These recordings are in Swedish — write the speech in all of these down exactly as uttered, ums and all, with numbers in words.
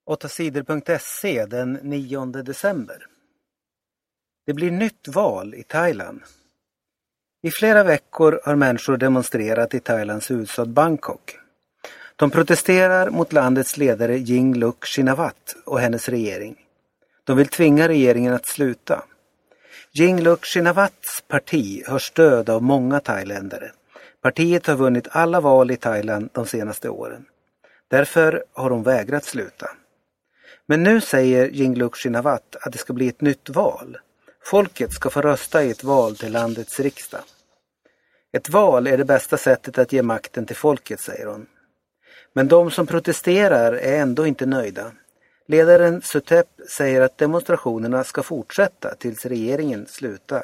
åtta sidor punkt se den nionde december. Det blir nytt val i Thailand. I flera veckor har människor demonstrerat i Thailands huvudstad Bangkok. De protesterar mot landets ledare Yingluck Shinawatra och hennes regering. De vill tvinga regeringen att sluta. Yingluck Shinawatras parti har stöd av många thailändare. Partiet har vunnit alla val i Thailand de senaste åren. Därför har de vägrat sluta. Men nu säger Yingluck Shinawatra att det ska bli ett nytt val. Folket ska få rösta i ett val till landets riksdag. Ett val är det bästa sättet att ge makten till folket, säger hon. Men de som protesterar är ändå inte nöjda. Ledaren Suthep säger att demonstrationerna ska fortsätta tills regeringen slutar.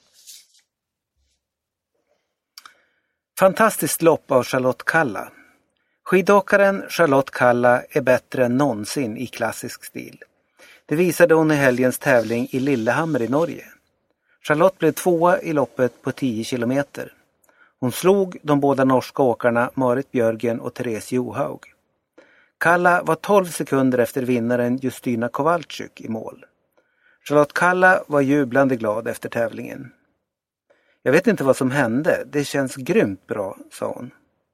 Fantastiskt lopp av Charlotte Kalla. Skidåkaren Charlotte Kalla är bättre än någonsin i klassisk stil. Det visade hon i helgens tävling i Lillehammer i Norge. Charlotte blev tvåa i loppet på tio kilometer. Hon slog de båda norska åkarna Marit Björgen och Therese Johaug. Kalla var tolv sekunder efter vinnaren Justyna Kowalczyk i mål. Charlotte Kalla var jublande glad efter tävlingen. Jag vet inte vad som hände, det känns grymt bra, sa hon.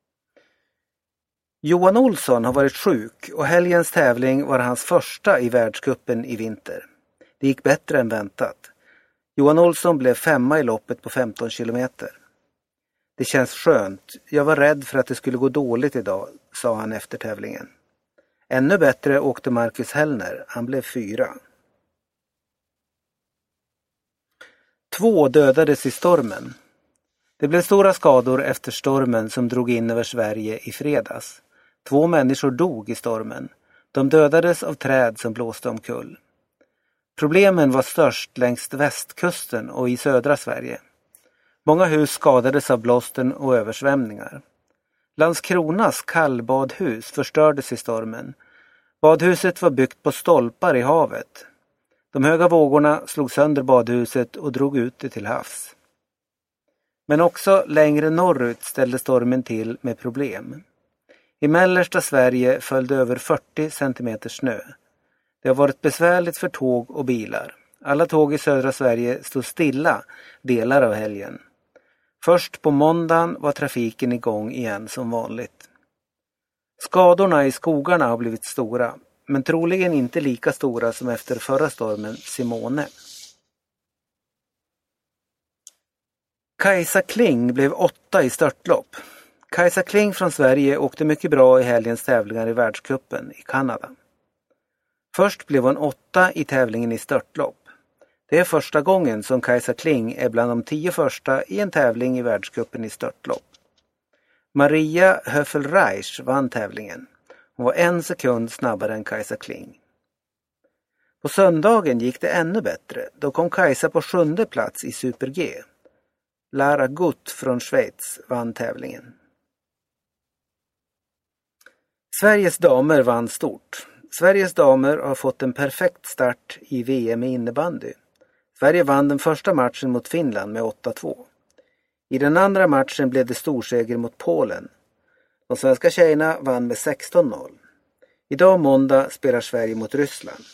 Johan Olsson har varit sjuk och helgens tävling var hans första i världscupen i vinter. Det gick bättre än väntat. Johan Olsson blev femma i loppet på femton kilometer. Det känns skönt. Jag var rädd för att det skulle gå dåligt idag, sa han efter tävlingen. Ännu bättre åkte Marcus Hellner. Han blev fyra. Två dödades i stormen. Det blev stora skador efter stormen som drog in över Sverige i fredags. Två människor dog i stormen. De dödades av träd som blåste omkull. Problemen var störst längs västkusten och i södra Sverige. Många hus skadades av blåsten och översvämningar. Landskronas kallbadhus förstördes i stormen. Badhuset var byggt på stolpar i havet. De höga vågorna slog sönder badhuset och drog ut det till havs. Men också längre norrut ställde stormen till med problem. I mellersta Sverige föll det över fyrtio centimeter snö. Det har varit besvärligt för tåg och bilar. Alla tåg i södra Sverige stod stilla delar av helgen. Först på måndagen var trafiken igång igen som vanligt. Skadorna i skogarna har blivit stora, men troligen inte lika stora som efter förra stormen Simone. Kajsa Kling blev åtta i störtlopp. Kajsa Kling från Sverige åkte mycket bra i helgens tävlingar i världscupen i Kanada. Först blev hon åtta i tävlingen i störtlopp. Det är första gången som Kajsa Kling är bland de tio första i en tävling i världscupen i störtlopp. Maria Höfel-Reich vann tävlingen. Hon var en sekund snabbare än Kajsa Kling. På söndagen gick det ännu bättre. Då kom Kajsa på sjunde plats i Super-G. Lara Gutt från Schweiz vann tävlingen. Sveriges damer vann stort. Sveriges damer har fått en perfekt start i V M i innebandy. Sverige vann den första matchen mot Finland med åtta två. I den andra matchen blev det storseger mot Polen. De svenska tjejerna vann med sexton noll. Idag måndag spelar Sverige mot Ryssland.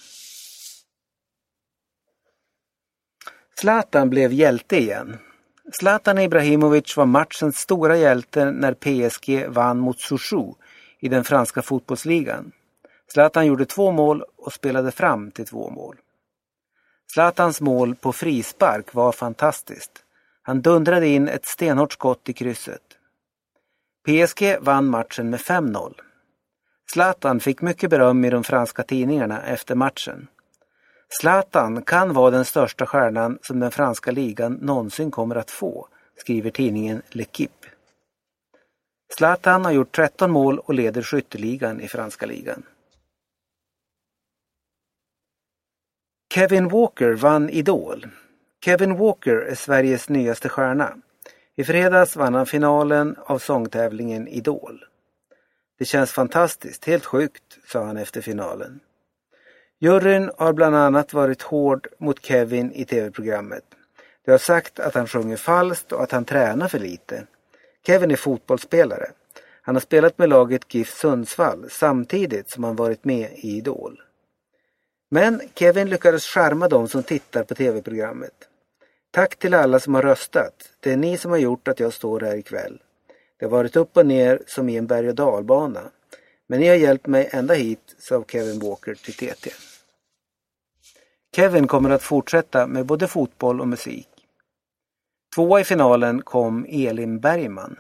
Zlatan blev hjälte igen. Zlatan Ibrahimovic var matchens stora hjälte när P S G vann mot Sochaux i den franska fotbollsligan. Zlatan gjorde två mål och spelade fram till två mål. Zlatans mål på frispark var fantastiskt. Han dundrade in ett stenhårt skott i krysset. P S G vann matchen med fem noll. Zlatan fick mycket beröm i de franska tidningarna efter matchen. Zlatan kan vara den största stjärnan som den franska ligan någonsin kommer att få, skriver tidningen L'Equipe. Zlatan har gjort tretton mål och leder skytteligan i franska ligan. Kevin Walker vann Idol. Kevin Walker är Sveriges nyaste stjärna. I fredags vann han finalen av sångtävlingen Idol. Det känns fantastiskt, helt sjukt, sa han efter finalen. Juryn har bland annat varit hård mot Kevin i tv-programmet. De har sagt att han sjunger falskt och att han tränar för lite. Kevin är fotbollsspelare. Han har spelat med laget GIF Sundsvall samtidigt som han varit med i Idol. Men Kevin lyckades charma dem som tittar på tv-programmet. Tack till alla som har röstat. Det är ni som har gjort att jag står här ikväll. Det har varit upp och ner som i en berg- och dalbana. Men ni har hjälpt mig ända hit, sa Kevin Walker till T T. Kevin kommer att fortsätta med både fotboll och musik. Tvåa i finalen kom Elin Bergman.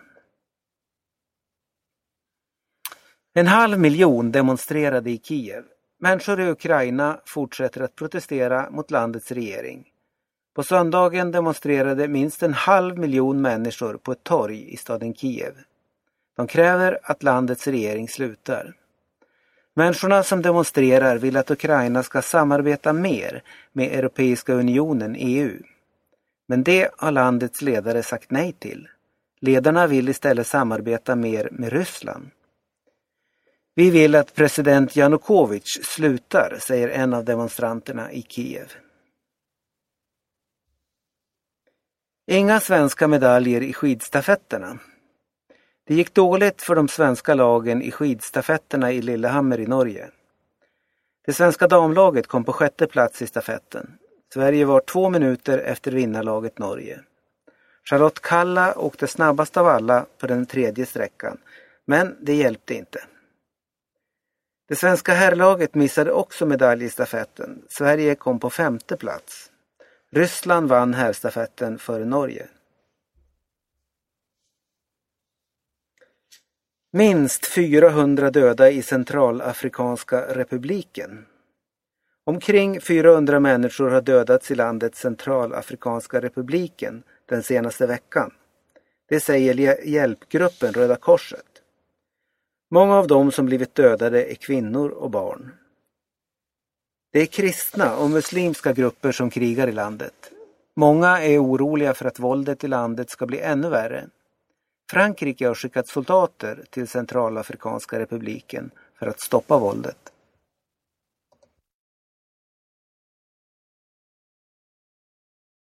En halv miljon demonstrerade i Kiev. Människor i Ukraina fortsätter att protestera mot landets regering. På söndagen demonstrerade minst en halv miljon människor på ett torg i staden Kiev. De kräver att landets regering slutar. Människorna som demonstrerar vill att Ukraina ska samarbeta mer med Europeiska unionen E U. Men det har landets ledare sagt nej till. Ledarna vill istället samarbeta mer med Ryssland. Vi vill att president Janukovic slutar, säger en av demonstranterna i Kiev. Inga svenska medaljer i skidstafetterna. Det gick dåligt för de svenska lagen i skidstafetterna i Lillehammer i Norge. Det svenska damlaget kom på sjätte plats i stafetten. Sverige var två minuter efter vinnarlaget Norge. Charlotte Kalla åkte snabbast av alla på den tredje sträckan, men det hjälpte inte. Det svenska herrlaget missade också medalj i stafetten. Sverige kom på femte plats. Ryssland vann herrstafetten före Norge. Minst fyrahundra döda i Centralafrikanska republiken. Omkring fyrahundra människor har dödats i landet Centralafrikanska republiken den senaste veckan. Det säger hjälpgruppen Röda Korset. Många av dem som blivit dödade är kvinnor och barn. Det är kristna och muslimska grupper som krigar i landet. Många är oroliga för att våldet i landet ska bli ännu värre. Frankrike har skickat soldater till Centralafrikanska republiken för att stoppa våldet.